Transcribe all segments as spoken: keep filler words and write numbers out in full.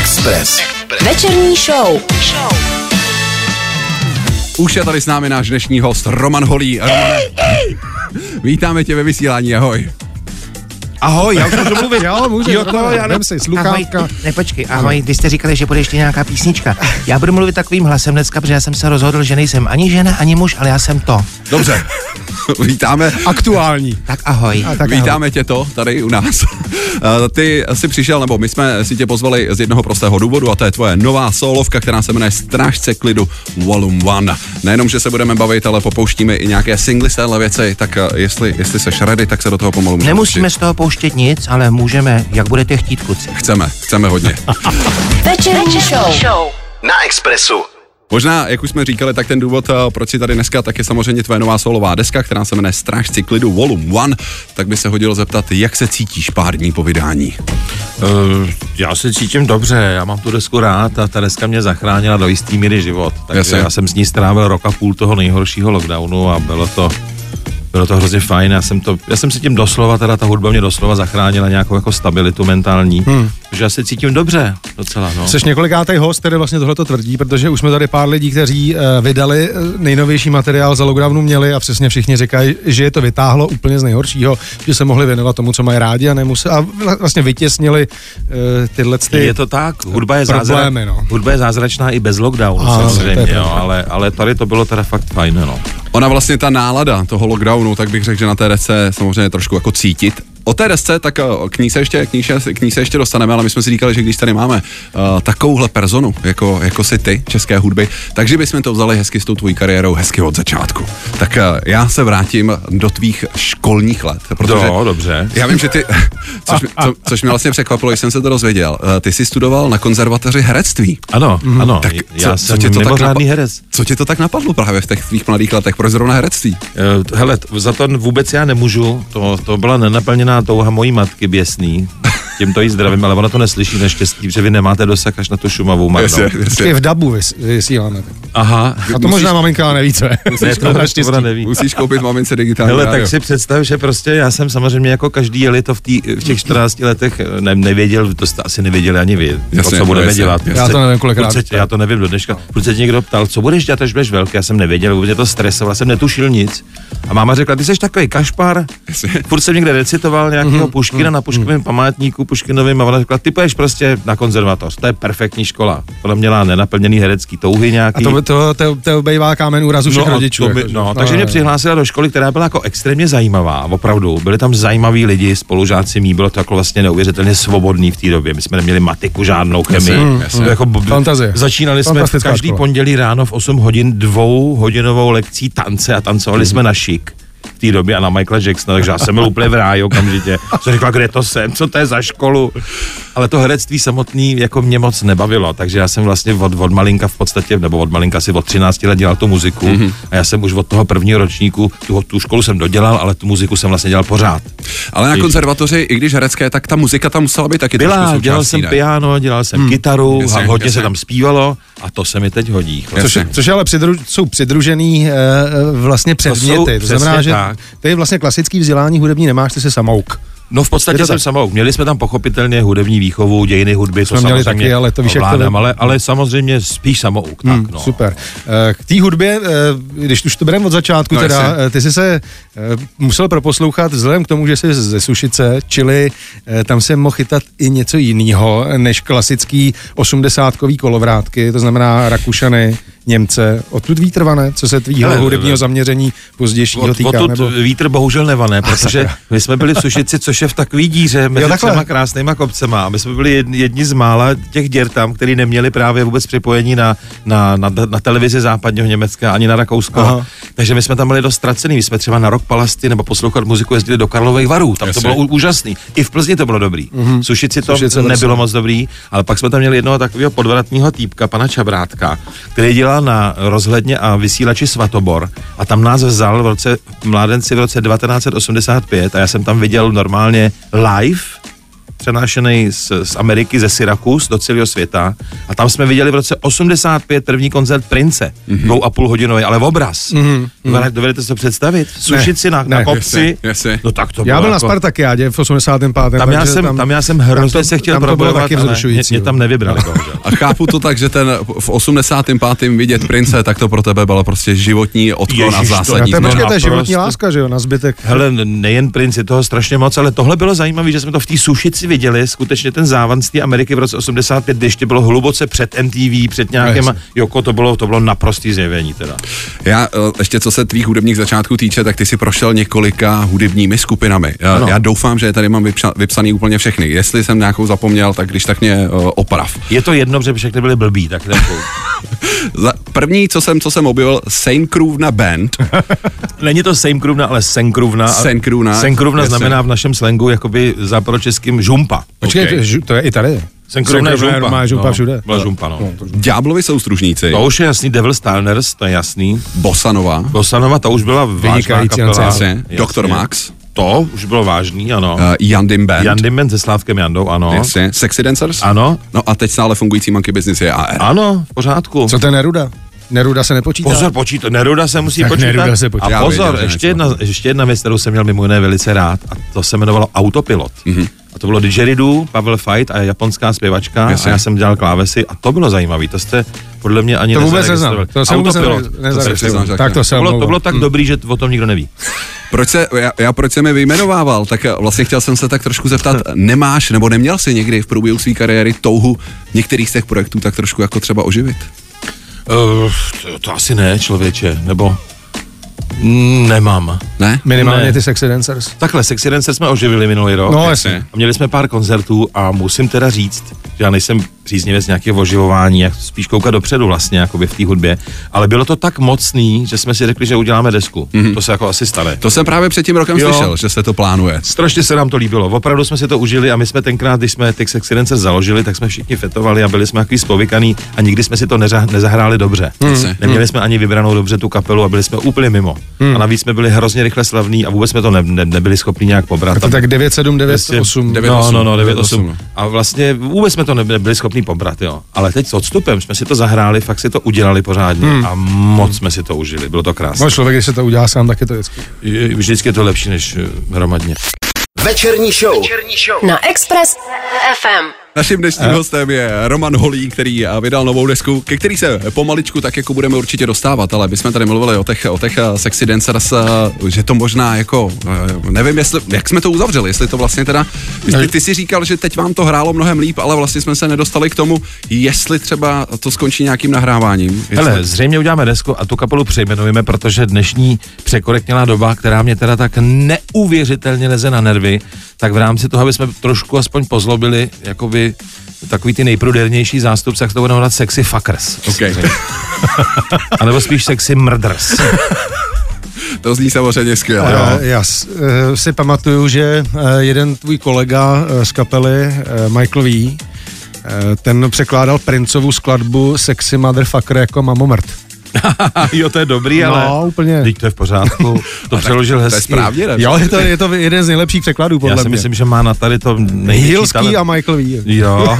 Express. Večerní show. Už je tady s námi náš dnešní host Roman Holý. Romane, vítáme tě ve vysílání, ahoj. Ahoj, já už můžu mluvit. Jo, můžu, jo, to, já vem si sluchátka. Ahoj, ne, počkej, ahoj, vy jste říkali, že bude ještě nějaká písnička. Já budu mluvit takovým hlasem dneska, protože já jsem se rozhodl, že nejsem ani žena, ani muž, ale já jsem to. Dobře, vítáme. Aktuální. Tak ahoj. A tak Vítáme ahoj. tě to tady u nás. Ty jsi přišel, nebo my jsme si tě pozvali z jednoho prostého důvodu a to je tvoje nová solovka, která se jmenuje Strážce klidu Volume One. Nejenom, že se budeme bavit, ale popouštíme i nějaké singly z téhle věci, tak jestli, jestli seš ready, tak se do toho pomalu můžeme. Nemusíme z toho pouštět nic, ale můžeme, jak budete chtít, kluci. Chceme, chceme hodně. Večerní show. Na Expressu. Možná, jak už jsme říkali, tak ten důvod, proč si tady dneska, tak je samozřejmě tvoje nová solová deska, která se jmenuje Strážci klidu Volume One. Tak by se hodilo zeptat, jak se cítíš pár dní po vydání? Uh, já se cítím dobře, já mám tu desku rád a ta deska mě zachránila do jistý míry život. Takže Jasně. já jsem s ní strávil rok a půl toho nejhoršího lockdownu a bylo to Bylo to hrozně fajn, já jsem, to, já jsem si tím doslova, teda ta hudba mě doslova zachránila nějakou jako stabilitu mentální, hmm. že já se cítím dobře docela, no. Jseš několikátý host, který vlastně tohleto tvrdí, protože už jsme tady pár lidí, kteří uh, vydali uh, nejnovější materiál za lockdownu měli a přesně všichni říkají, že je to vytáhlo úplně z nejhoršího, že se mohli věnovat tomu, co mají rádi a nemuseli, a vlastně vytěsnili uh, tyhle ty Je to tak, hudba je, problémy, zázra... no. hudba je zázračná i bez lockdownu, Ano, samozřejmě, jo, ale, ale tady to bylo teda fakt fajn, no. Ona vlastně ta nálada toho lockdownu, tak bych řekl, že na té desce samozřejmě trošku jako cítit. O té desce, tak k ní se ještě, k ní se, k ní se ještě dostaneme, ale my jsme si říkali, že když tady máme uh, takovouhle personu, jako, jako si ty, české hudby, takže bychom to vzali hezky s tou tvojí kariérou, hezky od začátku. Tak uh, já se vrátím do tvých školních let, protože... No, dobře. Já vím, že ty, což, co, což mě vlastně překvapilo, když jsem se to dozvěděl, uh, ty jsi studoval na konzervatoři herectví. Ano, mm, ano, Tak já co, jsem co tě to mimořádný tak herec. Co tě to tak napadlo právě v těch tvých mladých letech, proč zrovna herectví? Uh, hele, za to vůbec já nemůžu, to, to byla nenaplněná touha mojí matky běsný, tímto jí zdravím, ale ona to neslyší naštěstí, že vy nemáte dosah až na tu Šumavu marnou. je v dabu vys, vysíláme. Aha. A to musíš, možná maminka neví, co je. Ne, to naštěstí. Ona neví. Musíš koupit mamince digitální Hele, rádio. tak si představ, že prostě já jsem samozřejmě jako každý jeli to v, tý, v těch čtrnácti letech ne, nevěděl, to jste asi nevěděli ani vy, Jasně, to, co budeme jasně, dělat. jasně. Já to nevím, kolikrát. Proč se, já to nevím do dneška. Proč se tě někdo ptal, co budeš dělat, až budeš velký, já jsem nevěděl, vůbec mě to stresovalo, jsem netušil nic. A máma řekla, ty jsi takový kašpar, furt jsem někde recitoval nějakého Puškina na Puškinovém památníku Puškinovým a ona řekla, ty půjdeš prostě na konzervatoř, to je perfektní škola. Ona měla nenaplněný herecký touhy nějaký. A to, to, to, to obejvá kámen úrazu všech No, rodičů. to mi, jako, no, no, takže no, mě no. přihlásila do školy, která byla jako extrémně zajímavá, opravdu. Byli tam zajímaví lidi, spolužáci mý, bylo to jako vlastně neuvěřitelně svobodný v té době. My jsme neměli matiku, žádnou chemii. Jasně, jasně. To jako, Fantazie. Začínali jsme Fantastická každý škola. pondělí ráno v osm hodin dvouhodinovou lekcí tance a tancovali jsme na šik v té době a na Michaela Jacksona, takže já jsem byl úplně v ráji okamžitě. Jsem říkal, kde to jsem, co to je za školu. Ale to herectví samotný jako mě moc nebavilo, takže já jsem vlastně od, od malinka v podstatě, nebo od malinka si od třinácti let dělal tu muziku mm-hmm. a já jsem už od toho prvního ročníku, tu, tu školu jsem dodělal, ale tu muziku jsem vlastně dělal pořád. Ale na konzervatoři, i když herecké, tak ta muzika tam musela být taky trošku Byla, součástí, dělal jsem ne? piano, dělal jsem hmm. kytaru Jasně, a hodně jasně. se tam zpívalo a to se mi teď hodí. Což, Jasně. což je ale přidru, jsou přidružený e, vlastně předměty. To, to znamená, přesně že tak. ty vlastně klasický vzdělání hudební nemáš, ty jsi samouk. No v podstatě jsem samouk. Měli jsme tam pochopitelně hudební výchovu, dějiny hudby, Jsme to měli samozřejmě taky, ale to víš, jak to ovládám, je. ale, ale samozřejmě spíš samouk. Hmm, tak, no. Super. E, K té hudbě, e, když už to bereme od začátku, No, teda, jasně. e, ty jsi se e, musel proposlouchat vzhledem k tomu, že jsi ze Sušice, čili e, tam se mohl chytat i něco jiného než klasický osmdesátkový kolovrátky, to znamená Rakušany, Němce, odtud vítr vane, co se tvýho Hele, hudebního zaměření pozdějšího Od, týká, odtud nebo? vítr bohužel nevane, protože sakra. my jsme byli v Sušici, což je v takový díře mezi takhle. třema krásnýma kopcema a my jsme byli jedni, jedni z mála těch děr tam, který neměli právě vůbec připojení na, na, na, na televizi západního Německa ani na Rakousko. Aha. Takže my jsme tam byli dost ztracený, my jsme třeba na Rock Palasty nebo poslouchat muziku jezdili do Karlových Varů, tam Jasně. to bylo ú- úžasný. I v Plzni to bylo dobrý. Mm-hmm. Sušici to Sušice nebylo vlastně. moc dobrý, ale pak jsme tam měli jednoho takového podvratného týpka, pana Čabrátka, který dělal na rozhledně a vysílači Svatobor a tam nás vzal v roce mládenci v roce devatenáct set osmdesát pět a já jsem tam viděl normálně live přenášený z, z Ameriky, ze Syracuse do celého světa a tam jsme viděli v roce osmdesát pět první koncert Prince, mm-hmm. dvou a půl hodinový, ale v obraz. Mm-hmm. Dovedete si to představit? Sušit si na, ne, na kopci? Jasně, jasně. No tak to Já byl jako... na Spartakiádě v osmdesátém pátém Tam já, jsem, tam, tam já jsem hrozně se chtěl probojovat, ale mě, mě tam nevybrali. A chápu to tak, že ten v osmdesátém pátém vidět Prince, tak to pro tebe bylo prostě životní odklon a zásadní. To je no, životní láska, že jo, na zbytek. Hele, nejen Prince, je toho strašně moc, ale tohle bylo zajímavé, že jsme to v té Sušici viděli, skutečně ten závan z té Ameriky v roce osmdesát pět, když ještě bylo hluboce před M T V, před nějakým, Joko, to bylo, to bylo naprostý zjevení teda. Já ještě co se tvých hudebních začátků týče, tak ty si prošel několika hudebními skupinami. Já, já doufám, že tady mám vypša, vypsaný úplně všechny. Jestli jsem nějakou zapomněl, tak když tak mě uh, oprav. Je to jedno, že všechny byly blbý, tak jako. První, co jsem, co jsem objevil, Seinkruvna Band. Není to Seinkruvna, ale Senkruvna. Senkruvna. Senkruvna znamená v našem slangu jakoby západočeským žumpa. Počkej, okay. to je i tady. Senkruvna je žumpa. Má žumpa no, všude. Byla žumpa, no. Ďáblovi soustružníci. To už je jasný, Devil Starners, to je jasný. Bossanova. Bossanova, to už byla vážná kapela. Jasně. doktor Max. To už bylo vážný, ano. Uh, Jandim Band. Jandim Band se Slávkem Jandou, ano. Jasně. Sexy Dancers. Ano. No a teď stále fungující Monkey Business je A R. Ano, v pořádku. Co to je Neruda? Neruda se nepočítá. Pozor, počítá. Neruda se musí tak počítat. Neruda se počítá. A pozor, věděl, ještě, jedna, ještě jedna věc, kterou jsem měl mimo jiné velice rád, a to se jmenovalo Autopilot. Mm-hmm. A to bylo didgeridoo, Pavel Fight a japonská zpěvačka. Jasně. A já jsem dělal klávesy a to bylo zajímavé. To jste podle mě ani to vůbec neznám. To jsem vůbec nezaregistroval. Tak to, to, bylo, to bylo tak hmm. dobrý, že o tom nikdo neví. Proč se, já, já proč jsem je vyjmenovával, tak vlastně chtěl jsem se tak trošku zeptat, nemáš nebo neměl jsi někdy v průběhu své kariéry touhu některých z těch projektů tak trošku jako třeba oživit? Uh, to, to asi ne, člověče, nebo nemám. Ne? Minimálně ne. ty Sexy Dancers. Takhle, Sexy Dancers jsme oživili minulý rok. No jasně. A měli jsme pár koncertů a musím teda říct, že já nejsem příznivec nějakého oživování, jak spíš koukat dopředu vlastně, jakoby v té hudbě, ale bylo to tak mocný, že jsme si řekli, že uděláme desku. Mm-hmm. To se jako asi stane. To jsem právě před tím rokem jo. slyšel, že se to plánuje. Strašně se nám to líbilo. Opravdu jsme si to užili a my jsme tenkrát, když jsme ty Sexy Dancers založili, tak jsme všichni fetovali a byli jsme takový spovykaný a nikdy jsme si to neřa- nezahráli dobře. Mm. Neměli jsme ani vybranou dobře tu kapelu a byli jsme úplně mimo. Mm. A navíc jsme byli hrozně rychle slavní a vůbec jsme to ne, ne, nebyli schopni nějak pobrat. To tak devět sedm, devět osm. No, no, no, devět osm. A vlastně vůbec jsme to nebyli schopni pobrat, jo. Ale teď s odstupem jsme si to zahráli, fakt si to udělali pořádně hmm. a moc jsme si to užili, bylo to krásné. No člověk, když se to udělá sám, tak je to vždycky. Je, vždycky je to lepší než hromadně. Večerní show. Večerní show na Express F M. Naším dnešním hostem je Roman Holý, který vydal novou desku, ke který se pomaličku tak jako budeme určitě dostávat, ale my jsme tady mluvili o těch, o těch Sexy Dancers, že to možná jako, nevím, jestli, jak jsme to uzavřeli, jestli to vlastně teda, ty, ty si říkal, že teď vám to hrálo mnohem líp, ale vlastně jsme se nedostali k tomu, jestli třeba to skončí nějakým nahráváním. Jestli... Hele, zřejmě uděláme desku a tu kapelu přejmenujeme, protože dnešní překorektnělá doba, která mě teda tak neuvěřitelně leze na nervy, tak v rámci toho, aby jsme trošku aspoň pozlobili, jakoby takový ty nejprudernější zástupce, jak to budou dát sexy fuckers. Okay. A nebo spíš sexy murders. To zní samozřejmě skvěle. Já, já si pamatuju, že jeden tvůj kolega z kapely, Michael V., ten překládal Princovu skladbu Sexy Motherfucker jako Mamomrt. Jo, to je dobrý, ale no, úplně. Teď to je v pořádku. To přeložil hezky. To je správně, ne? Jo, je to, je to jeden z nejlepších překladů, podle mě. Já si mě. myslím, že má na tady to největší Hilský a Michael V. Jo.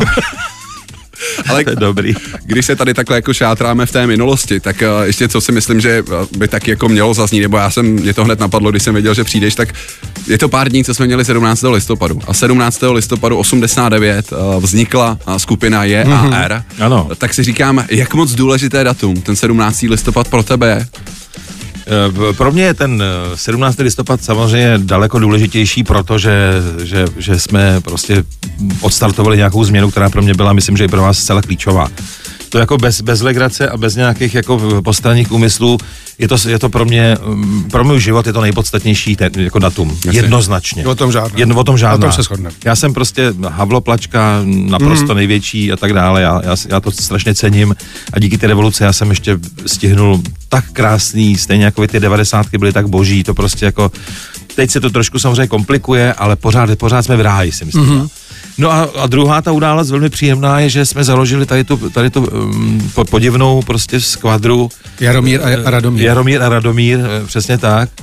Ale to je dobrý. Když se tady takhle jako šátráme v té minulosti, tak uh, ještě co si myslím, že by taky jako mělo zaznít, nebo já jsem, mě to hned napadlo, když jsem věděl, že přijdeš, tak je to pár dní, co jsme měli sedmnáctého listopadu. A sedmnáctého listopadu osmdesát devět uh, vznikla uh, skupina J A R. Mm-hmm. Ano. Tak si říkám, jak moc důležité datum ten sedmnáctého listopad pro tebe je? Pro mě je ten sedmnáctého listopad samozřejmě daleko důležitější, protože že, že jsme prostě odstartovali nějakou změnu, která pro mě byla, myslím, že i pro vás zcela klíčová. To jako bez, bez legrace a bez nějakých jako postranních úmyslů je to, je to pro mě, pro můj život je to nejpodstatnější ten, jako datum. Jasně. Jednoznačně. O tom žádná. Jedno, o tom žádná. O tom se shodneme. Já jsem prostě havloplačka, naprosto mm. největší a tak dále. Já, já, já to strašně cením a díky té revoluce já jsem ještě stihnul tak krásný, stejně jako ty devadesátky byly tak boží, to prostě jako, teď se to trošku samozřejmě komplikuje, ale pořád, pořád jsme v ráji, si myslím. Mm. No a, a druhá ta událost velmi příjemná je, že jsme založili tady tu, tady tu um, podivnou prostě skvadru. Jaromír a Radomír. Jaromír a Radomír, přesně tak.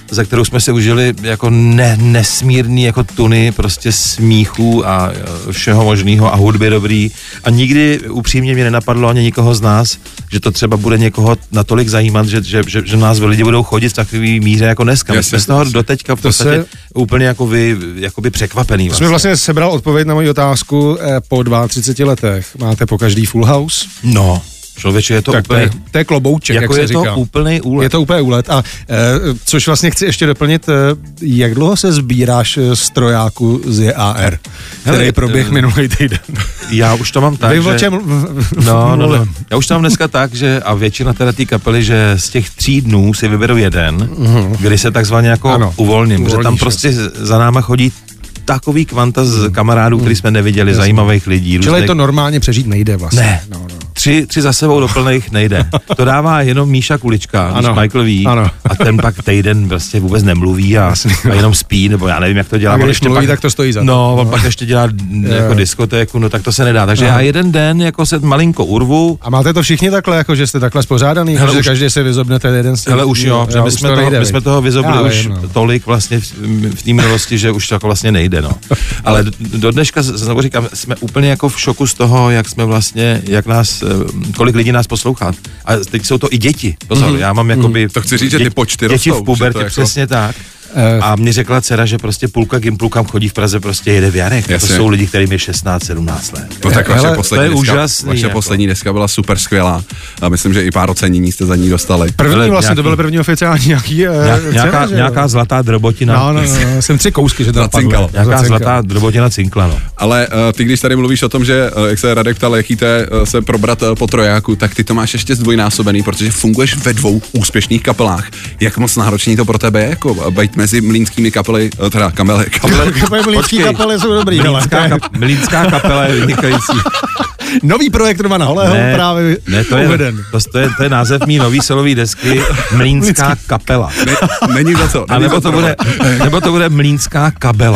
za kterou jsme se užili jako ne, nesmírný jako tuny prostě smíchů a všeho možného a hudby dobrý a nikdy upřímně mě nenapadlo ani nikoho z nás, že to třeba bude někoho natolik zajímat, že, že, že, že nás lidi budou chodit v takový míře jako dneska. My jsme z toho doteďka v podstatě se... úplně jako vy, jakoby překvapený. Vlastně. Jsme vlastně sebral odpověď na moji otázku eh, po třiceti dvou letech. Máte po každý Full House? No. Člověče, je to tak úplně... To je, to je klobouček, jako jak je se to říká. úplný úlet. Je to úplně úlet. A e, což vlastně chci ještě doplnit, e, jak dlouho se sbíráš z trojáku z J A R, který Hele, proběh uh, minulý týden? Já už to mám tak, Vy že... o čem no, no, no. Já už to mám dneska tak, že a většina teda té kapely, že z těch tří dnů si vyberu jeden, uh-huh. kdy se takzvaně jako ano, uvolním, že tam prostě je. Za náma chodí takový kvanta z kamarádů, který jsme neviděli, Jasně. zajímavých lidí. Čili různých... to normálně přežít nejde vlastně. Ne. No, no. Tři, tři za sebou do plných nejde. To dává jenom Míša Kulička, ano. Michael ví. Ano. A ten pak týden vlastně vůbec nemluví a, a jenom spí, nebo já nevím, jak to dělá. A když mluví, pak, tak to stojí za to. No, on no. pak ještě dělá jako diskotéku, no tak to se nedá. Takže no. já jeden den jako se malinko urvu. A máte to všichni takhle, jako že jste takhle spořádaný, hele, že už, každý si vyzobnete jeden z těch. Hele už jo, že my, jsme to toho, nejde, my jsme toho vyzobili já, už no. tolik vlastně v, v té minulosti, že už to jako vlastně nejde, no. Ale do dneška, znovu říkám, jsme úplně jako v šoku z toho, jak jsme vlastně, jak nás, kolik lidí nás poslouchá. A teď jsou to i děti. Pozor, mm-hmm. já mám jakoby... To chci říct, že ty počty děti rostou. v pubertě, jako... přesně tak. A mě řekla dcera, že prostě půlka gimplu, chodí v Praze, prostě jede v Jarech. To jsou lidi, kterým je šestnáct sedmnáct let. No tak vaše poslední, to je deska, úžasný, vaše jako. poslední deska byla super skvělá. A myslím, že i pár ocenění jste za ní dostali. První vlastně, nějaký, to byl první oficiální nějaký Nějak, cena, nějaká, nějaká zlatá drobotina. No, no, no, jsem tři kousky, že to cinkalo. Nějaká zlatá drobotina cinkla, no. Ale uh, ty, když tady mluvíš o tom, že, uh, jak se Radek ptal, jaký te uh, se probrat uh, po trojáku, tak ty to máš ještě zdvojnásobený, protože funguješ ve dvou úspěšných kapelách. Jak moc náročný to pro tebe je, jako být mezi mlýnskými kapely, teda kamele, kamele. Mlýnský kapely jsou dobrý, Mlýnská, kap, mlýnská kapela je vynikající. Nový projekt Romana Holého ne, právě ne, to je, uveden. To, to, je, to je název mý nový solový desky Mlýnská kapela. Ne, není za co. A nebo to, bude, nebo to bude Mlýnská kabela.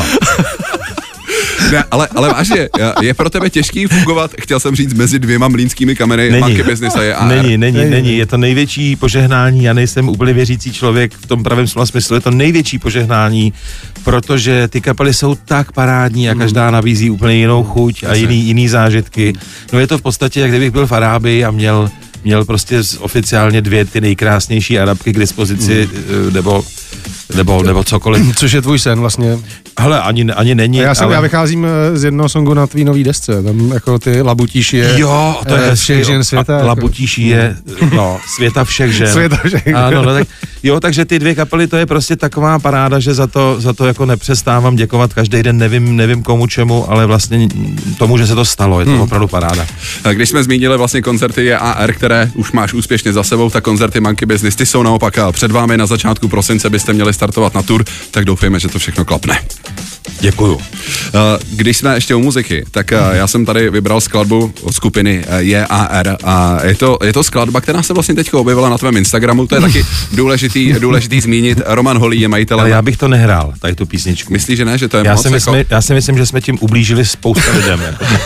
Ne, ale, ale vážně, je pro tebe těžký fungovat, chtěl jsem říct, mezi dvěma mlýnskými kamery, Monkey Business a J A R. Není, není, není, není, je to největší požehnání, já nejsem úplně věřící člověk v tom pravém slova smyslu, je to největší požehnání, protože ty kapely jsou tak parádní a každá nabízí úplně jinou chuť a jiný, jiný zážitky. No je to v podstatě, jak kdybych byl v Arábii a měl, měl prostě oficiálně dvě ty nejkrásnější Arabky k dispozici, mm. nebo Nebo, nebo cokoliv. Což je tvůj sen vlastně. Hele, ani, ani není. A já, jsem, ale... já vycházím z jednoho songu na tvý nový desce, tam jako ty Labutíši je jo, to je všech žen světa. Labutíši je no, světa všech žen. Světa všech ano, no, tak, jo, takže ty dvě kapely, to je prostě taková paráda, že za to, za to jako nepřestávám děkovat každý den, nevím, nevím komu čemu, ale vlastně tomu, že se to stalo, je to hmm. opravdu paráda. Když jsme zmínili vlastně koncerty J A R, které už máš úspěšně za sebou, tak koncerty Monkey Business, ty jsou naopak před vámi na začátku prosince byste měli startovat na tur, tak doufejme, že to všechno klapne. Děkuju. Když jsme ještě u muziky, tak já jsem tady vybral skladbu od skupiny J A R a je to, je to skladba, která se vlastně teď objevila na tvém Instagramu, to je taky důležitý, důležitý zmínit. Roman Holý je majitelem. Ale já bych to nehrál, tady tu písničku. Myslíš, že ne, že to je já moc? Si myslím, jako... Já si myslím, že jsme tím ublížili spousta lidem.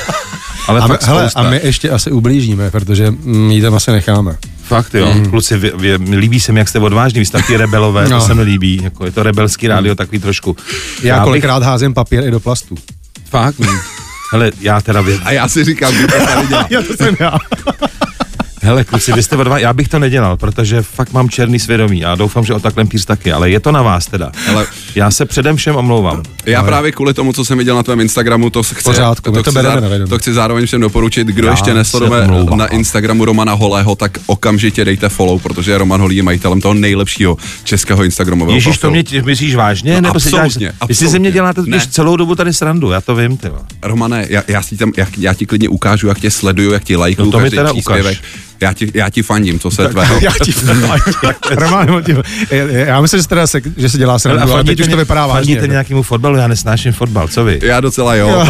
Ale a, my, fakt hele, a my ještě asi ublížíme, protože my ji tam asi necháme. Fakt jo, mm. kluci, vy, vy, líbí se mi, jak jste odvážní, vy jste taky rebelové, no. To se mi líbí, jako je to rebelský rádio, takový trošku. Já, já kolikrát bych... házím papír i do plastu. Fakt? Mm. Hele, já teda věděl. A já si říkám, kdy to tady dělá. Já to jsem já. Hele, kluci, vy jste odvážní, já bych to nedělal, protože fakt mám černý svědomí a doufám, že o takhle pírs taky, ale je to na vás teda. Ale já se předem všem omlouvám. Já ale... právě kvůli tomu, co jsem viděl na tvém Instagramu, to chci, Pořádku, to, to, chci zá, to chci zároveň všem doporučit, kdo já ještě nesleduje na Instagramu Romana Holého, tak okamžitě dejte follow, protože Roman Holý je majitelem toho nejlepšího českého instagramového Ježíš, to mě myslíš vážně? No, nebo absolutně, si děláš, absolutně. Vy si ze mě děláte totiž celou dobu tady srandu, já to vím, ty. Romane, já, já, si tam, já, já ti klidně ukážu, jak tě sleduju, jak ti lajkuju, no to každý příspěvek. Já ti, já ti fandím, co se tvého. Já ti fandím. Roman, já myslím, že, teda se, že se dělá srandu, ale, ale teď už to vypadá vážně. Fandíte nějakému fotbalu, já nesnáším fotbal, co vy? Já docela jo.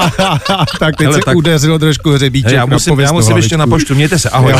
Tak teď se tak... udeřilo trošku hřebíček. Já musím, já musím ještě na poštu, mějte se, ahoj.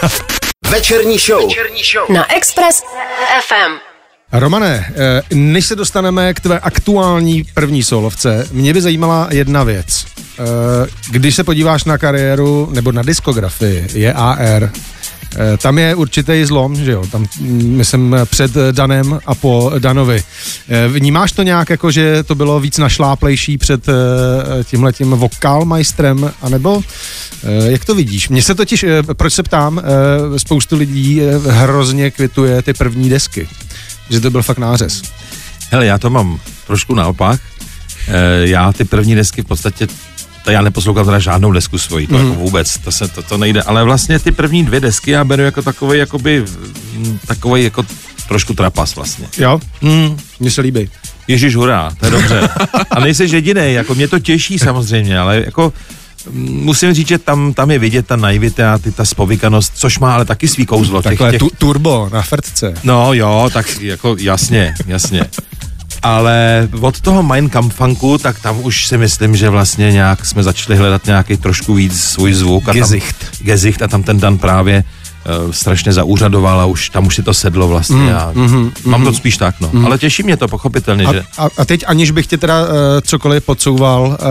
Večerní show. Večerní show na Express F M. Romane, než se dostaneme k tvé aktuální první solovce, mě by zajímala jedna věc. Když se podíváš na kariéru nebo na diskografii J A R, Tam je určitý zlom, že jo, tam myslím před Danem a po Danovi. Vnímáš to nějak jako, že to bylo víc našláplejší před tímhletím vokálmajstrem, anebo jak to vidíš? Mně se totiž, proč se ptám, spoustu lidí hrozně kvituje ty první desky, že to byl fakt nářez. Hele, já to mám trošku naopak. Já ty první desky v podstatě to já neposlouchám teda žádnou desku svoji, to mm. jako vůbec, to se, to, to nejde, ale vlastně ty první dvě desky já beru jako takovej, jakoby, takovej jako trošku trapas vlastně. Jo, mm. mně se líbí. Ježíš, hurá, to je dobře. A nejseš jedinej, jako mě to těší samozřejmě, ale jako musím říct, že tam, tam je vidět ta naivita, ty, ta spovykanost, což má ale taky svý kouzlo. Takhle těch, těch... Tu, turbo na Fertce. No jo, tak jako jasně, jasně. Ale od toho Mein Kampf funku, tak tam už si myslím, že vlastně nějak jsme začali hledat nějaký trošku víc svůj zvuk. A Gezicht. Tam, gezicht a tam ten Dan právě uh, strašně zaúřadoval a už tam už si to sedlo vlastně. Mm, a mm, mám mm, to spíš tak, no. Mm. Ale těší mě to pochopitelně, a, že... A, a teď, aniž bych tě teda uh, cokoliv podsouval, uh,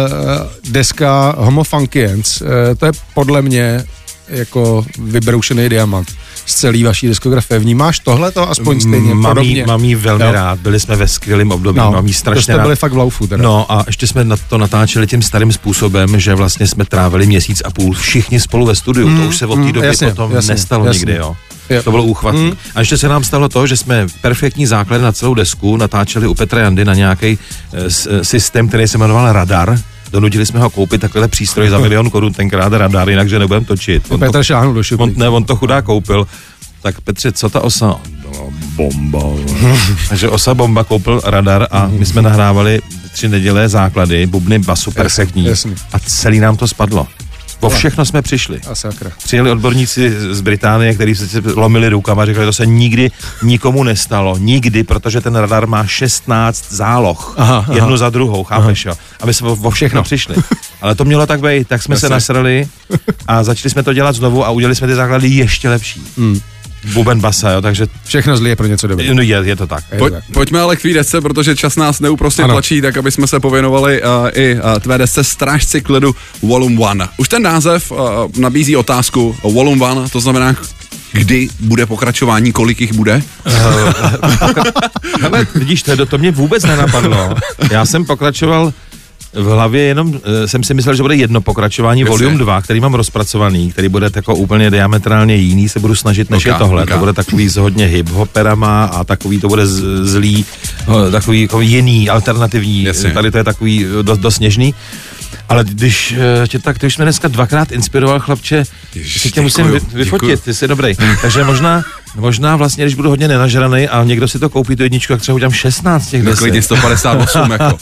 deska Homo Funkians, uh, to je podle mě jako vybroušený diamant z celý vaší diskografie. Vnímáš tohleto aspoň stejně mám podobně? Jí, mám jí velmi jo. rád, byli jsme ve skvělém období, no, mám jí strašně rád. byli fakt v laufu teda. No a ještě jsme to natáčeli tím starým způsobem, že vlastně jsme trávili měsíc a půl všichni spolu ve studiu, mm, to už se od té mm, doby jasně, potom jasně, nestalo jasně. nikdy, jo. Jo. To bylo úchvatný. Mm. A ještě se nám stalo to, že jsme perfektní základy na celou desku natáčeli u Petra Jandy na nějaký uh, systém, který se jmenoval Radar. Donutili jsme ho koupit takovýhle přístroj za milion korun, tenkrát Radar, jinak že nebudeme točit. On Petr šáhnul do šuplíku. On, ne, on to chudá koupil. Tak Petře, co ta osa? No, bomba. Takže osa bomba koupil Radar a my jsme nahrávali tři neděle základy, bubny, basu, perfektní. Jasný. A celý nám to spadlo. Po všechno jsme přišli. A sakra. Přijeli odborníci z Británie, kteří se lomili rukama, řekli, to se nikdy nikomu nestalo. Nikdy, protože ten Radar má šestnáct záloh. Aha, jednu aha. za druhou, chápeš, jo? A my jsme vo všechno přišli. Ale to mělo tak být, tak jsme Jasně. se nasrali a začali jsme to dělat znovu a udělali jsme ty základy ještě lepší. Hmm. Buben basa, jo, takže... Všechno zlý je pro něco dobré. No je, je to tak. Pojď, pojďme ale k tvý desce, protože čas nás neúprostně tlačí, tak aby jsme se pověnovali uh, i uh, tvé desce Strážci klidu Volume One. Už ten název uh, nabízí otázku Volume One, to znamená, kdy bude pokračování, kolik jich bude? Hele, vidíš, to, to mě vůbec nenapadlo. Já jsem pokračoval v hlavě jenom jsem si myslel, že bude jedno pokračování Volume dva, který mám rozpracovaný, který bude jako úplně diametrálně jiný, se budu snažit, než okay, je tohle. Okay. To bude takový s hodně hip-hoperama a takový to bude zlý, takový jako jiný, alternativní. Jasně. Tady to je takový dost, dost něžný. Ale když tě tak, ty už jsme dneska dvakrát inspiroval, chlapče, Ježiš, si tě musím vy, vyfotit, děkuju. Ty jsi dobrý. Takže možná, možná vlastně, když budu hodně nenažranej a někdo si to koupí tu jedničku, tak třeba udělám šestnáct těch deset. Klidně sto padesát osm jako.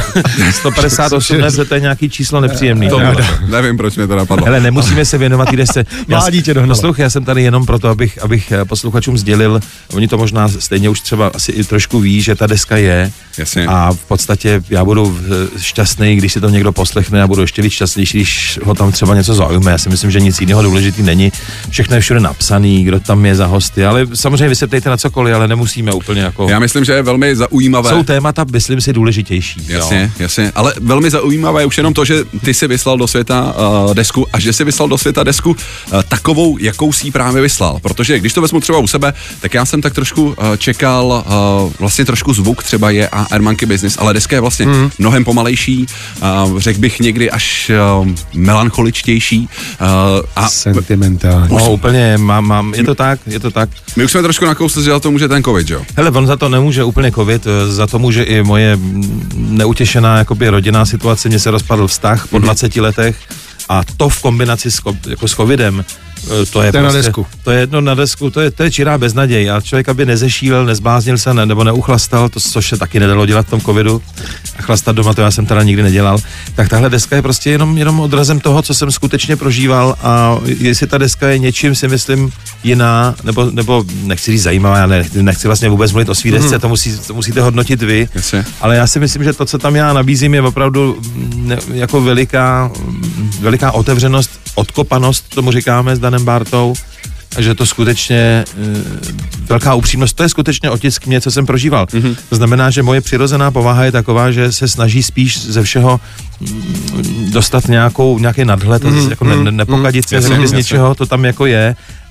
sto padesát osm, ne, to je nějaký číslo nepříjemný. To ne, nevím, proč mě to napadlo. Hele, nemusíme se věnovat té desce. Mládí tě dohnalo. Poslouchej, já jsem tady jenom proto, abych, abych posluchačům sdělil, oni to možná stejně už třeba asi i trošku ví, že ta deska je. Jasně. A v podstatě já budu šťastný, když si to někdo poslechne a budu ještě víc šťastnější, když ho tam třeba něco zaujme. Já si myslím, že nic jiného důležitý není. Všechno je všude napsaný, kdo tam je za hosty, ale samozřejmě vy se ptejte na cokoliv, ale nemusíme úplně jako... Já myslím, že je velmi zaujímavé. Jsou témata, myslím si, důležitější. Jasně, jo. jasně, ale velmi zaujímavé je už jenom to, že ty si vyslal do světa uh, desku a že si vyslal do světa desku uh, takovou, jakou si právě vyslal. Protože když to vezmu třeba u sebe, tak já jsem tak trošku uh, čekal uh, vlastně trošku zvuk, třeba je a Air Monkey Business, ale deska je vlastně mm. mnohem pomalejší, uh, řekl bych někdy až uh, melancholičtější. Uh, a Sentimentální. No úplně, mám, mám, je to tak, je to tak. My už jsme trošku nakousli, že za to může ten covid, jo? Hele, on za to nemůže úplně covid, za to může i moje neutěšená jakoby rodinná situace, mně se rozpadl vztah po dvaceti letech a to v kombinaci s, jako s covidem, to je, to je prostě, na desku. To je jedno na desku, to je, to je čirá beznaděj a člověk, aby nezešílel, nezbláznil se ne, nebo neuchlastal, to, což se taky nedalo dělat v tom covidu a chlastat doma, to já jsem teda nikdy nedělal, tak tahle deska je prostě jenom, jenom odrazem toho, co jsem skutečně prožíval a jestli ta deska je něčím, si myslím, jiná, nebo, nebo nechci říct zajímavá, já ne, nechci vlastně vůbec mluvit o svý desce, mm. to, musí, to musíte hodnotit vy, yes. ale já si myslím, že to, co tam já nabízím, je opravdu ne, jako veliká, veliká otevřenost, odkopanost, tomu říkáme s Danem Bártou, a že to skutečně e, velká upřímnost, to je skutečně otisk mě, co jsem prožíval. Mm-hmm. To znamená, že moje přirozená povaha je taková, že se snaží spíš ze všeho mm, dostat nějakou, nějaký nadhled, mm-hmm. jako ne, ne, nepokadit se z ničeho, to tam jako je.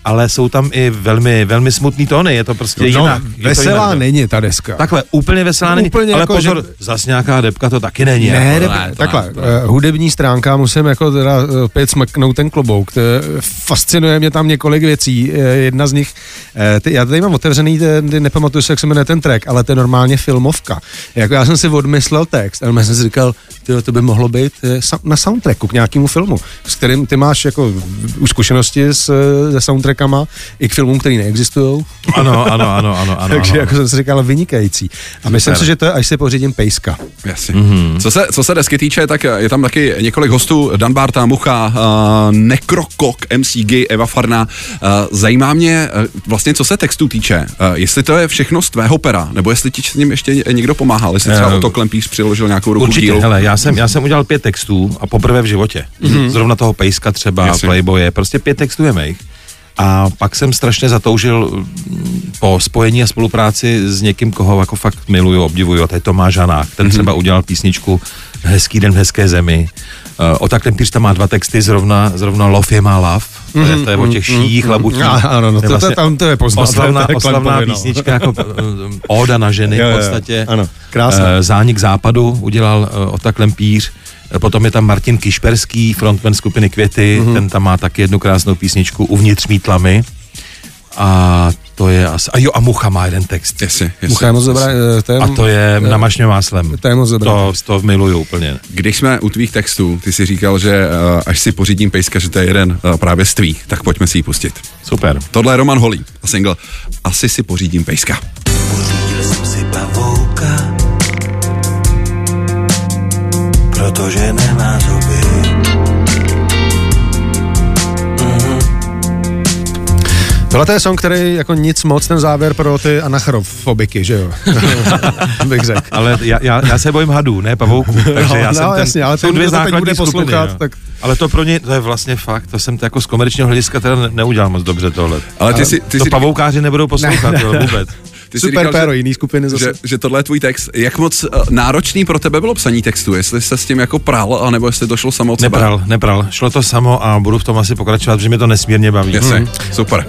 ale jsou tam i velmi, velmi smutný tóny, je to prostě no, jinak. Veselá jinak, není ta deska. Takhle, úplně veselá není, úplně ale jako, pozor, že... zas nějaká depka to taky není. Ne, jako, dep... ne takhle, ne, uh, hudební stránka, musím jako teda opět smrknout ten klobouk, to, fascinuje mě tam několik věcí, jedna z nich, uh, ty, já tady mám otevřený, ty, nepamatuju se, jak se jmenuje ten track, ale to je normálně filmovka. Jako já jsem si odmyslel text, ale jsem si říkal, tyjo, to by mohlo být na soundtracku k nějakému filmu, s kterým ty máš jako už zkušenosti s, se soundtrackama i k filmům, který neexistují. Ano, ano, ano, ano, ano. Takže ano. jako jsem si říkal, vynikající. A myslím si, že to je, až si pořídím pejska. Jasně. Mm-hmm. Co se, co se desky týče, tak je tam taky několik hostů, Dan Barta, Mucha, uh, Nekrokok, M C G, Eva Farna. Uh, zajímá mě uh, vlastně, co se textů týče, uh, jestli to je všechno z tvého pera, nebo jestli ti s ním ještě někdo pomáhal, jestli třeba uh, Oto Klempíř přiložil nějakou ruku určitě, dílu. hele, já jsem, já jsem udělal pět textů a poprvé v životě. Mm-hmm. Zrovna toho pejska třeba, Jasně. Playboye, prostě pět textů je mých. A pak jsem strašně zatoužil po spojení a spolupráci s někým, koho jako fakt miluju, obdivuju, a to je Tomáš Hanák. Ten mm-hmm. třeba udělal písničku Hezký den v hezké zemi. Uh, Ota Klempíř tam má dva texty, zrovna, zrovna Love je má love. To je, to je o těch ších, labutích. Ano, no, to, vlastně to, tam to je poznat. Oslavná, oslavná písnička, jako óda na ženy jo, v podstatě. Ano, krásně. Uh, Zánik západu udělal uh, Ota Klempíř. Potom je tam Martin Kišperský, frontman skupiny Květy, mm-hmm. ten tam má taky jednu krásnou písničku Uvnitř mý tlamy. A to je asi... A jo, a Mucha má jeden text. Jasně, jasně. Mucha je moc dobrá. A to je Na mašně máslem. To je moc dobrá. To, to miluju úplně. Když jsme u tvých textů, ty jsi říkal, že uh, až si pořídím pejska, že to je jeden uh, právě z tvých, tak pojďme si ji pustit. Super. Tohle je Roman Holý a single Asi si pořídím pejska. Pořídil jsem si pavouka, protože nemá zuby. Tohle je song, který jako nic moc, ten závěr pro ty anachrofobiky, že jo? Bych řekl. Ale já, já, já se bojím hadů, ne pavouků. Takže já no, jsem ten, jasně, ale jsou ten, dvě kdo to teď bude základní skupiny. poslouchat, tak... Ale to pro ně, to je vlastně fakt, to jsem to jako z komerčního hlediska teda ne, neudělal moc dobře tohle. Ale ty si, ty to si pavoukáři nebudou poslouchat, ne, ne, vůbec. Ty super říkal, péro, že, jiný skupiny zase. Že, že tohle je tvůj text. Jak moc uh, náročný pro tebe bylo psaní textu? Jestli se s tím jako pral, anebo jestli to šlo samo od sebe? Nepral, nepral. Šlo to samo a budu v tom asi pokračovat, protože mě to nesmírně baví. Jasně, hmm. Super.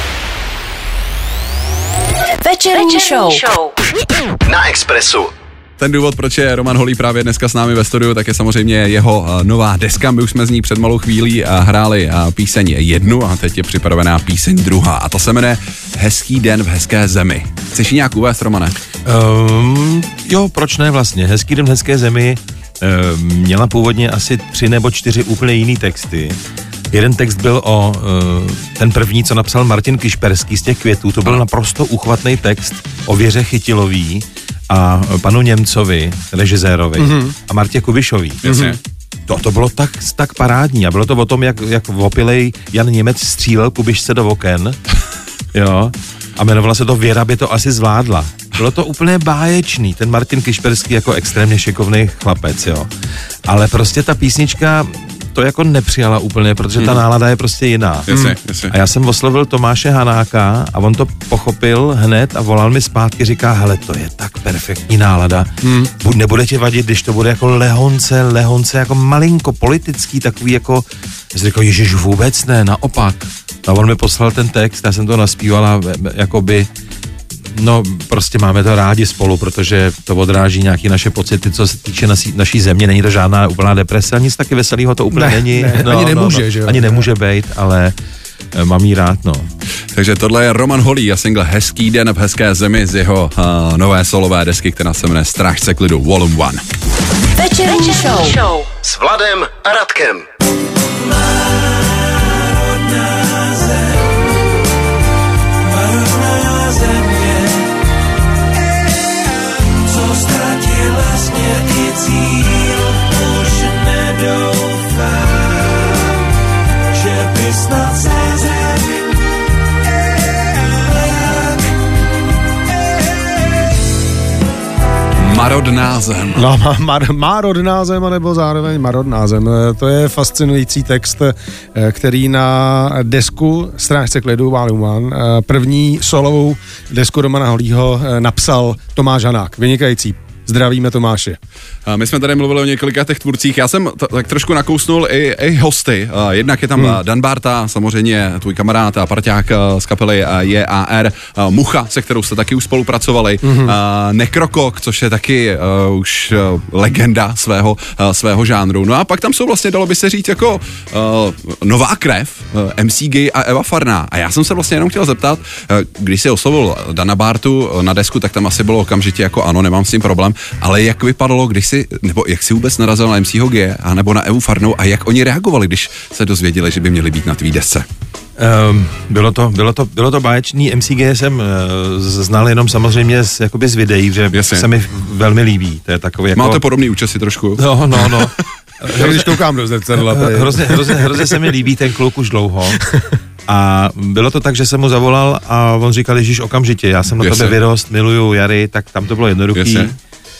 Večerní show. Na Expressu. Ten důvod, proč je Roman Holý právě dneska s námi ve studiu, tak je samozřejmě jeho uh, nová deska. My už jsme z ní před malou chvílí uh, hráli uh, píseň jednu a teď je připravená píseň druhá. A ta se jmenuje Hezký den v hezké zemi. Chceš ji nějak uvést, Romane? Um, jo, proč ne vlastně. Hezký den v hezké zemi um, měla původně asi tři nebo čtyři úplně jiný texty. Jeden text byl o, uh, ten první, co napsal Martin Kišperský z těch Květů, to byl naprosto uchvatný text o Věře Chytilový a panu Němcovi, režisérovi, mm-hmm. a Martě Kubišový. Mm-hmm. To, to bylo tak, tak parádní a bylo to o tom, jak, jak opilej Jan Němec střílel Kubišce do oken, jo, a jmenovala se to Věra by to asi zvládla. Bylo to úplně báječný, ten Martin Kišperský jako extrémně šikovný chlapec, jo. Ale prostě ta písnička to jako nepřijala úplně, protože ta nálada je prostě jiná. Jasně, jasně. A já jsem oslovil Tomáše Hanáka a on to pochopil hned a volal mi zpátky, říká, hele, to je tak perfektní nálada. Hmm. Nebude ti vadit, když to bude jako lehonce, lehonce, jako malinko politický, takový jako, já jsem říkal, ježiš, vůbec ne, naopak. A on mi poslal ten text, já jsem to naspívala, jakoby, no, prostě máme to rádi spolu, protože to odráží nějaké naše pocity, co se týče naší, naší země. Není to žádná úplná deprese, ani nic taky veselého to úplně ne, není. Ne, no, ani nemůže, no, no, že jo? Ani nemůže být, ale e, mám jí rád, no. Takže tohle je Roman Holý a single Hezký den v hezké zemi z jeho uh, nové solové desky, která se jmenuje Strážce klidu Volume one. Večerní show S Vladem a Radkem. Marodná zem. No, má, má, má rodná zem, anebo zároveň marodná zem. To je fascinující text, který na desku Strážce klidu Volume one, první solovou desku Romana Holýho, napsal Tomáš Hanák. Vynikající. Zdravíme Tomáše. A my jsme tady mluvili o několika těch tvůrcích, já jsem t- tak trošku nakousnul i, i hosty, uh, jednak je tam hmm. Dan Barta, samozřejmě tvůj kamarád a parťák uh, z kapely uh, J A R, uh, Mucha, se kterou jste taky už spolupracovali, hmm. uh, Nekrokok, což je taky uh, už uh, legenda svého, uh, svého žánru. No a pak tam jsou vlastně, dalo by se říct, jako uh, nová krev, uh, M C Gay a Eva Farná. A já jsem se vlastně jenom chtěl zeptat, uh, když jsi oslovil Dana Bartu uh, na desku, tak tam asi bylo okamžitě jako ano, nemám s tím problém, ale jak vypadalo, když si, nebo jak si vůbec narazil na M C G a nebo na Evu Farnou a jak oni reagovali, když se dozvěděli, že by měli být na tvý desce? Um, bylo to, bylo to, bylo to báječný. M C G jsem uh, znal jenom samozřejmě z, jakoby z videí, že Jasně. se mi velmi líbí. To je takový jako... Máte podobný účasy trošku? No, no, no. Když koukám do zrcadla. Hrozně, hrozně, hrozně se mi líbí ten kluk už dlouho. A bylo to tak, že jsem mu zavolal a on říkal, Ježíš, okamžitě, já jsem na Jasně. tebe vyrost, miluju Jary, tak tam to bylo jednoduchý. Jasně.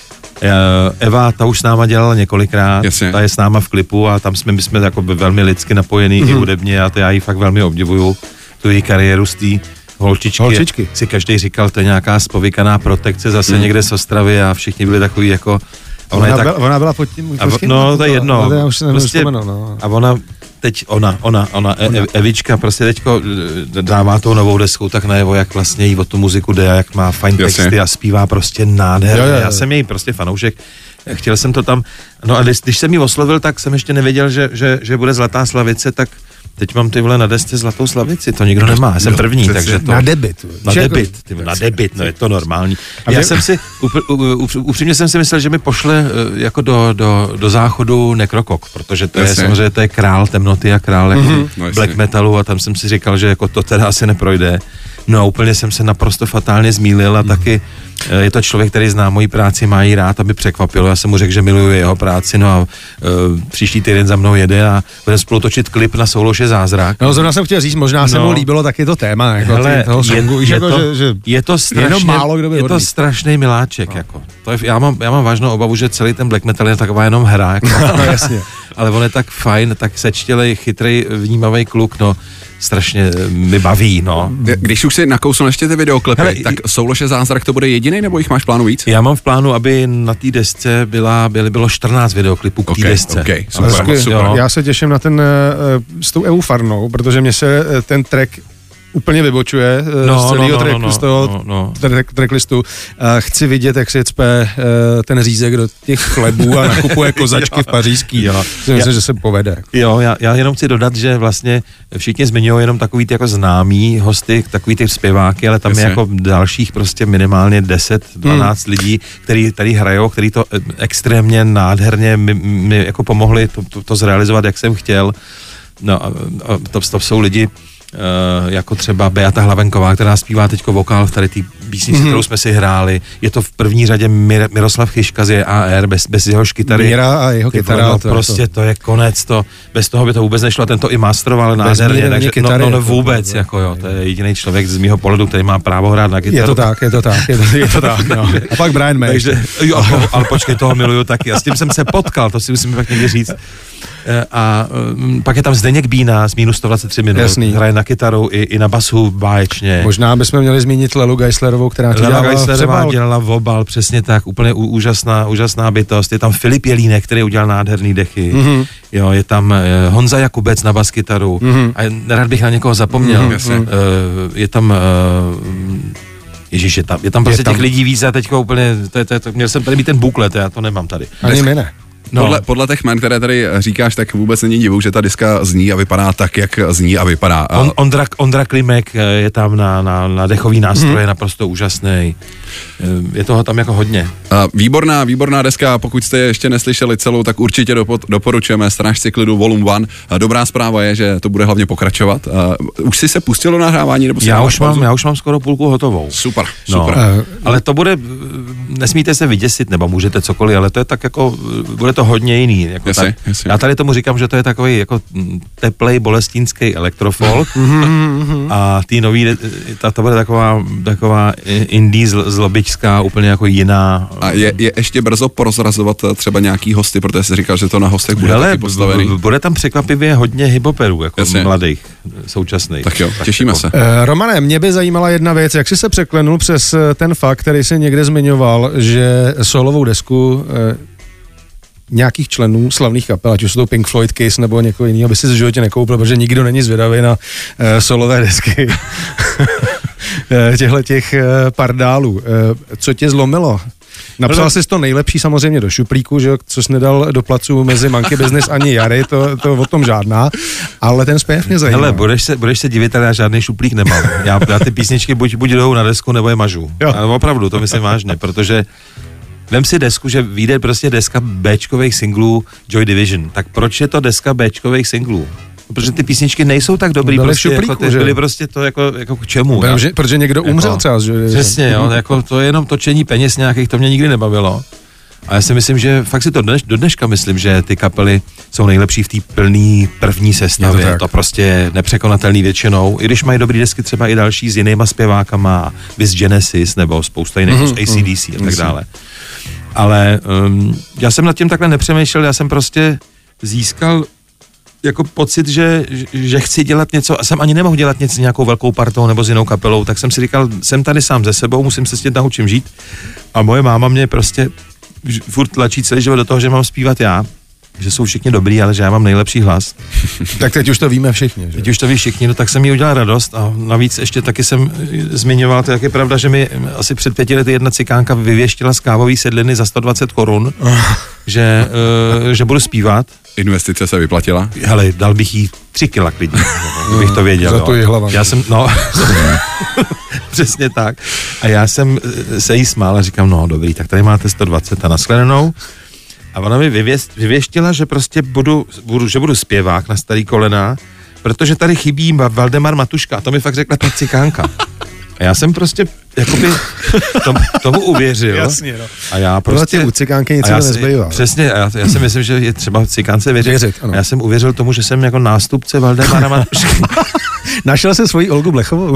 Eva, ta už s náma dělala několikrát, Jasně. ta je s náma v klipu a tam jsme, my jsme jako velmi lidsky napojení mm-hmm. i hudebně a to já ji fakt velmi obdivuju, tu její kariéru z té holčičky. holčičky. Si každý říkal, to je nějaká spovykaná protekce zase mm. někde z Ostravy a všichni byli takový jako... Ona, ona, tak, byla, ona byla pod tím... A, no, to je jedno. Prostě, no. A ona... Teď ona, ona, ona, e, Evička prostě teďko dává tou novou desku tak najevo, jak vlastně jí o tu muziku jde a jak má fajn texty Jasně. a zpívá prostě nádherně. Jo, jo, jo. Já jsem její prostě fanoušek, chtěl jsem to tam, no a když, když jsem ji oslovil, tak jsem ještě nevěděl, že, že, že bude Zlatá slavice, tak teď mám ty vole na desce Zlatou slavici, to nikdo nemá, já jsem první, no, takže to... Na debit. Na debit, ty, na debit, no je to normální. A já jsem si, upřímně jsem si myslel, že mi pošle jako do, do, do záchodu Nekrokok, protože to jasně. je samozřejmě, to je král temnoty a král jako mm-hmm. no, black metalu a tam jsem si říkal, že jako to teda asi neprojde. No a úplně jsem se naprosto fatálně zmýlil a mm. taky je to člověk, který zná moji práci, má jí rád, aby překvapilo. Já jsem mu řekl, že miluju jeho práci, no a uh, příští týden za mnou jede a budeme spolu točit klip na Souloše Zázrak. No zrovna jsem chtěl říct, možná no, se mu líbilo taky to téma, jako hele, toho songu, je, je, jako, to, že, že je to strašně, málo kdo by je to strašný miláček, no. jako. To je, já, mám, já mám vážnou obavu, že celý ten black metal je taková jenom hra, jako. No, jasně. Ale on je tak fajn, tak sečtělej, chytrej, vnímavý kluk, no. Strašně mi baví, no. Když už si nakousnul ještě ty videoklipy, hele, tak Souloše Zázrak to bude jediný, nebo jich máš plánu víc? Já mám v plánu, aby na té desce byla, byly, bylo čtrnáct videoklipů k té okay, desce. Okay, super, super. super. Já se těším na ten uh, s tou Evou Farnou, protože mě se uh, ten track úplně vybočuje no, z celého no, no, track, no, z toho no, no. track, tracklistu. Uh, chci vidět, jak si cpe uh, ten řízek do těch chlebů a nakupuje kozačky v pařížský. Jo. Myslím, já, že se povede. Jo, já, já jenom chci dodat, že vlastně všichni zmiňují jenom takový ty jako známý hosty, takový ty zpěváky, ale tam Jasně. je jako dalších prostě minimálně deset dvanáct hmm. lidí, který tady hrajou, který to extrémně nádherně mi, mi jako pomohli to, to, to zrealizovat, jak jsem chtěl. No a, a to, to jsou lidi, Uh, jako třeba Beata Hlavenková, která zpívá teďko vokál v tady té písničce, mm-hmm. kterou jsme si hráli. Je to v první řadě Mir- Miroslav Chyška z J A R, bez, bez jeho kytary. Míra a jeho kytara. No, to, prostě to. to je konec, to, bez toho by to vůbec nešlo, ten to i mastroval nádherně, takže kytary, no, no, no vůbec, to, jako jo, to je jediný člověk z mýho pohledu, který má právo hrát na kytaru. Je to tak, je to tak, je to, je to tak, no. A pak Brian May. Takže, jo, ale počkej, toho miluju taky, a s tím jsem se potkal, to si musím pak někdy říct. A um, pak je tam Zdeněk Bína z minus sto dvacet tři minut, Jasný. hraje na kytaru i, i na basu báječně. Možná bychom měli zmínit Lelu Geislerovou, která to dělala Geislerová dělala vobal, přesně tak, úplně úžasná, úžasná bytost. Je tam Filip Jelínek, který udělal nádherný dechy. Mm-hmm. Jo, je tam uh, Honza Jakubec na bas kytaru. Mm-hmm. A nerad bych na někoho zapomněl. Mm-hmm. Uh, je tam... Uh, Ježíš, je tam, je tam prostě je tam... těch lidí víc a teďko úplně, to je, to je, to, měl jsem tady mít ten buklet, já to nemám tady. Ani my ne. No. Podle, podle těch jmen, které tady říkáš, tak vůbec není divu, že ta diska zní a vypadá tak, jak zní a vypadá. On, Ondra, Ondra Klimek je tam na, na, na dechový nástroje, hmm. naprosto úžasný. Je toho tam jako hodně. Výborná, výborná deska, pokud jste ještě neslyšeli celou, tak určitě dopo, doporučujeme Strážci klidu Volume jedna. Dobrá zpráva je, že to bude hlavně pokračovat. Už jsi se pustil do nahrávání? Nebo já, už mám, já už mám skoro půlku hotovou. Super, no, super. Uh, ale to bude, nesmíte se vyděsit, nebo můžete cokoliv, ale to je tak jako, bude to hodně jiný. Jako jasně, tak, jasně. Já tady tomu říkám, že to je takový jako teplej bolestínský elektrofolk a ty nový, ta, to bude taková, taková indie zlobičská, úplně jako jiná. A je, je ještě brzo porozrazovat třeba nějaký hosty, protože jsi říkal, že to na hostech bude Hele, taky postavený. Bude tam překvapivě hodně hiphoperů, jako jasně. mladých, současných. Tak jo, těšíme tak se. Uh, Romane, mě by zajímala jedna věc, jak jsi se překlenul přes ten fakt, který jsi někde zmiňoval, říkal, že solovou desku eh, nějakých členů slavných kapel, ať už jsou to Pink Floyd, Kiss nebo někoho jiného, by si v životě nekoupil, protože nikdo není zvědavý na eh, solové desky těchto těch eh, pardálů. Eh, co tě zlomilo? Napsal jsi to nejlepší samozřejmě do šuplíku, že, co jsi nedal do placu mezi Monkey Business ani Jary, to, to o tom žádná, ale ten zpěv mě zajímá. Hele, budeš se, budeš se divit, ale já žádný šuplík nemám. Já, já ty písničky buď, buď jdou na desku, nebo je mažu. Jo. Ale opravdu, to myslím vážně, protože vem si desku, že vyjde prostě deska béčkových singlů Joy Division. Tak proč je to deska béčkových singlů? Protože ty písničky nejsou tak dobrý, byly prostě, šuplíku, jako ty, byly prostě to jako, jako k čemu. Protože, protože někdo umřel jako, třeba. Že, přesně, jo, jako to je jenom točení peněz nějakých, to mě nikdy nebavilo. A já si myslím, že fakt si to dneš, do dneška myslím, že ty kapely jsou nejlepší v té plné první sestavě. To, to prostě je nepřekonatelný většinou, i když mají dobrý desky třeba i další s jinýma zpěvákama, Viz Genesis nebo spousta jiných, mm-hmm. A C D C a tak dále. Ale um, já jsem nad tím takhle nepřemýšlel, já jsem prostě získal jako pocit, že, že chci dělat něco a jsem ani nemohl dělat něco s nějakou velkou partou nebo s jinou kapelou, tak jsem si říkal, jsem tady sám ze sebou, musím se s tím naučím žít a moje máma mě prostě furt tlačí celý život do toho, že mám zpívat já, že jsou všichni dobrý, ale že já mám nejlepší hlas. Tak teď už to víme všichni, že? Teď už to ví všichni, no tak jsem jí udělal radost a navíc ještě taky jsem zmiňoval, to jak je pravda, že mi asi před pěti lety jedna cikánka vyvěštila z kávový sedliny za sto dvacet korun, že, uh, že budu zpívat. Investice se vyplatila? Hele, dal bych jí tři kila klidně, bych to věděl. Za to je hlava. Já jsem, no, přesně tak. A já jsem se jí smál a říkám, no dobrý, tak tady máte sto dvacet a nashledanou. A ona mi vyvěst, vyvěštila, že prostě budu, budu, že budu zpěvák na starý kolena, protože tady chybí Valdemar Matuška. A to mi fakt řekla ta cikánka. A já jsem prostě jakoby tom, tomu uvěřil. Jasně, no. A já prostě... Prostě u cikánky nic nezbývá. Přesně, a já, já si myslím, že je třeba cikánce věřit. věřit a já jsem uvěřil tomu, že jsem jako nástupce Valdemara Matuška. Našel jsem svoji Olgu Blechovou.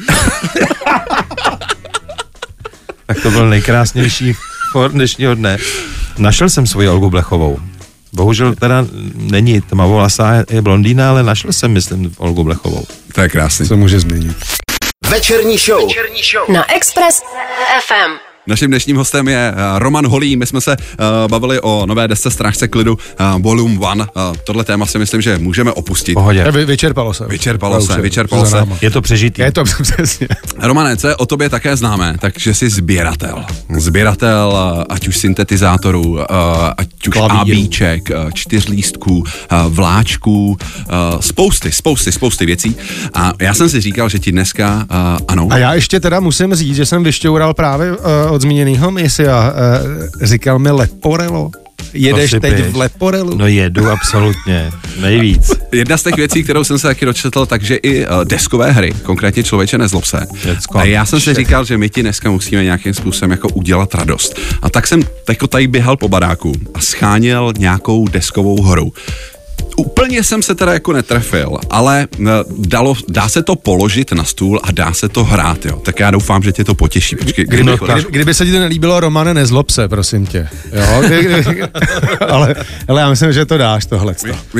Tak to byl nejkrásnější for dnešního dne. Našel jsem svoji Olgu Blechovou. Bohužel teda není tmavovlasá, je blondýna, ale našel jsem, myslím, Olgu Blechovou. To je krásný. Co může změnit. Večerní show. Večerní show na Express F M. Naším dnešním hostem je Roman Holý. My jsme se uh, bavili o nové desce Strážce klidu uh, Volume one. Uh, tohle téma si myslím, že můžeme opustit. Pohodě. Vy, vyčerpalo se. Vyčerpalo se, vyčerpalo se. Je to přežitý. Je to přesně. Romane, co je o tobě také známé, takže jsi sběratel. Sběratel uh, ať už syntetizátorů, uh, ať už ábíček, uh, čtyřlístků, uh, vláčků, uh, spousty, spousty, spousty věcí. A já jsem si říkal, že ti dneska, uh, ano. A já ještě teda musím říct, že jsem vyšťoural právě uh, od zmíněného Misia. Uh, říkal mi Leporello. Jedeš teď v Leporelu? No jedu, absolutně. Nejvíc. Jedna z těch věcí, kterou jsem se taky dočetl, takže i uh, deskové hry, konkrétně Člověče nezlob se. A já jsem si říkal, že my ti dneska musíme nějakým způsobem jako udělat radost. A tak jsem jako tady běhal po baráku a scháněl nějakou deskovou hru. Úplně jsem se teda jako netrefil, ale dalo, dá se to položit na stůl a dá se to hrát, jo. Tak já doufám, že tě to potěší. Počkej, kdyby, no, kdyby, kdyby se ti to nelíbilo, Romane, nezlob se, prosím tě. Jo? Kdy, kdy, ale, ale já myslím, že to dáš tohle.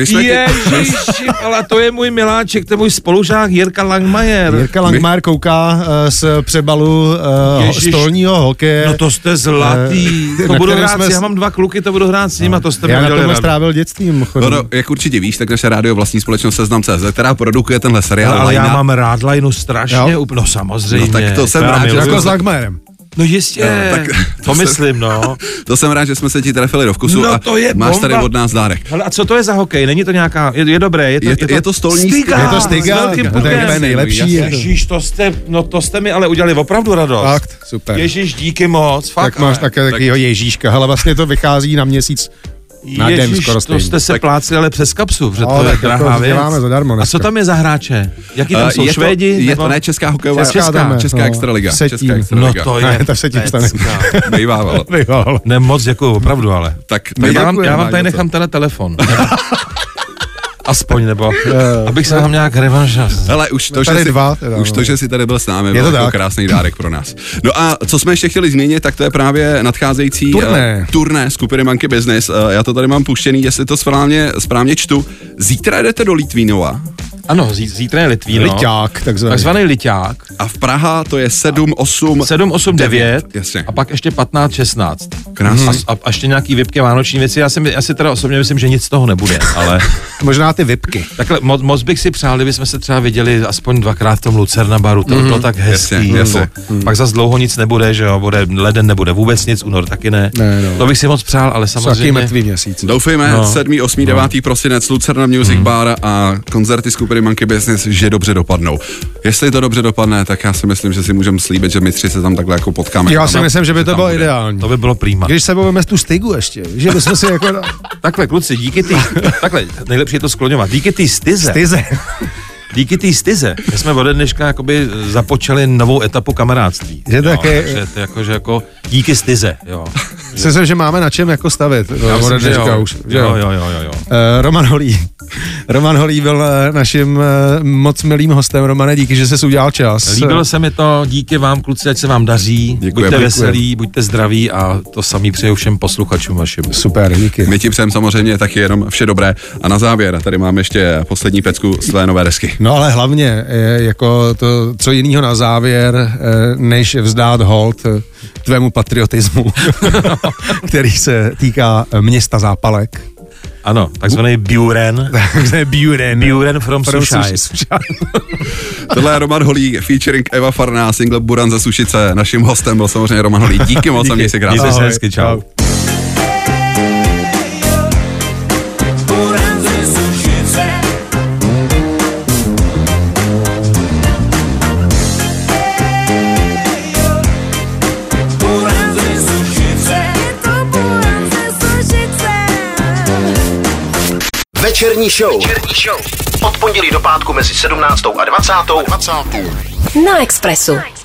Ježiši, ale to je můj miláček, to je můj spolužák Jirka Langmajer. Jirka Langmajer kouká uh, z přebalu uh, Ježiš, stolního hokeje. No to jste zlatý. Uh, to budu hrát, jsme... já mám dva kluky, to budu hrát s nima, no, to jste mi udělali. Já na tomhle radu. strávil dětstvím. No, no, jak určitě víš, tak naše rádio vlastní společnost Seznam tečka cé zet, která produkuje tenhle seriál. Ale já mám rád Lajnu strašně, no samozřejmě. No tak to jsem rád, že jako s Langmajerem. No jistě, no, tak to, to myslím, no. To jsem rád, že jsme se ti trefili do vkusu no, a to je máš bomba. Tady od nás dárek. Ale a co to je za hokej? Není to nějaká, je, je dobré, je to, je, je to, je to stolní stiga. Je to stiga, to je nejlepší. Ježíš, to jste, no to jste mi ale udělali opravdu radost. Fakt, super. Ježíš, díky moc, fakt. Tak máš také takovýho Ježíška, ale vlastně to vychází na měsíc. Na Ježiš, den skoro to jste se tak... plácli ale přes kapsu, že no, to je drahá věc. Zadarmo a co tam je za hráče? Jaký tam uh, jsou je Švédi? To, je to ne česká hokejová, česká, česká, česká no, extraliga. Česká extraliga. No to je, ne, to se tím stane. Bývával. Ne moc, děkuju, opravdu ale. Tak já vám, já vám tady nechám teda telefon. Aspoň, nebo abych se tam nějak revanžil. Hele, už to, že jsi, dva, teda, už to, že jsi tady byl s námi, byl jako krásný dárek pro nás. No a co jsme ještě chtěli zmínit, tak to je právě nadcházející turné, uh, turné skupiny Monkey Business. Uh, já to tady mám puštěný, jestli to správně, správně čtu. Zítra jdete do Litvínova. Ano, zí, zítra je Litvíno. Liťák, takzvaný. Takzvaný liťák. A v Praha to je sedm, osm, sedm, osm, devět. Jasně. A pak ještě patnáct, šestnáct. Krásně. A, a, a ještě nějaký vipky, vánoční věci. Já si, já si teda osobně myslím, že nic z toho nebude, ale... Možná ty vipky. Takhle moc, moc bych si přál, kdybychom se třeba viděli aspoň dvakrát v tom Lucerna baru, to mm-hmm. bylo tak hezký. Jasně, jasně. Mm. Pak zas dlouho nic nebude, že jo, bude leden, nebude vůbec nic, únor taky ne. ne no. To bych si moc přál, ale samozřejmě... Taky mrtvý měsíc. Doufejme, No. sedmý, osmý, devátý prosinec, Lucerna Music Hmm. Bar a koncerty skupiny Monkey Business, že dobře dopadnou. Jestli to dobře dopadne, tak já si myslím, že si můžeme slíbit, že my tři se tam takhle jako potkáme. Já si myslím, že by to tam bylo bude. ideální. To by bylo prýma. Když se budeme tu stygu ještě, že bychom si jako... Takhle, kluci, díky ty, takhle, nejlepší je to skloňovat, díky ty styze, Styze. díky ty styze, my jsme ode dneška jakoby započali novou etapu kamarádství. Že to jo, taky- takže to jako, že jako díky styze, jo. Myslím, že máme na čem jako stavit. Já myslím, že Dneška jo. už, že jo, jo, jo, jo, jo. Uh, Roman Holý. Roman Holý byl uh, naším uh, moc milým hostem. Romane, díky, že jsi udělal čas. Líbilo se mi to, díky vám, kluci, ať se vám daří, Děkujeme. buďte Děkujeme. veselí, buďte zdraví a to samý přeju všem posluchačům vašim. Super, díky. My ti přejeme samozřejmě taky jenom vše dobré. A na závěr, tady máme ještě poslední pecku z tvé nové desky. No ale hlavně, eh, jako to, co jiného na závěr, eh, než vzdát hold eh, tvému patriotismu, který se týká eh, města Zápalek. Ano, takzvaný Buren. Takže Buren. Buren from Sušaj. Tohle je Roman Holý featuring Eva Farná, single Buran ze Sušice. Naším hostem byl samozřejmě Roman Holý. Díky moc a měj se krásně. Mějte se Ahoj. hezky, čau. Večerní show. Večerní show. Od pondělí do pátku mezi sedmnáctou a dvacátou Na Expressu.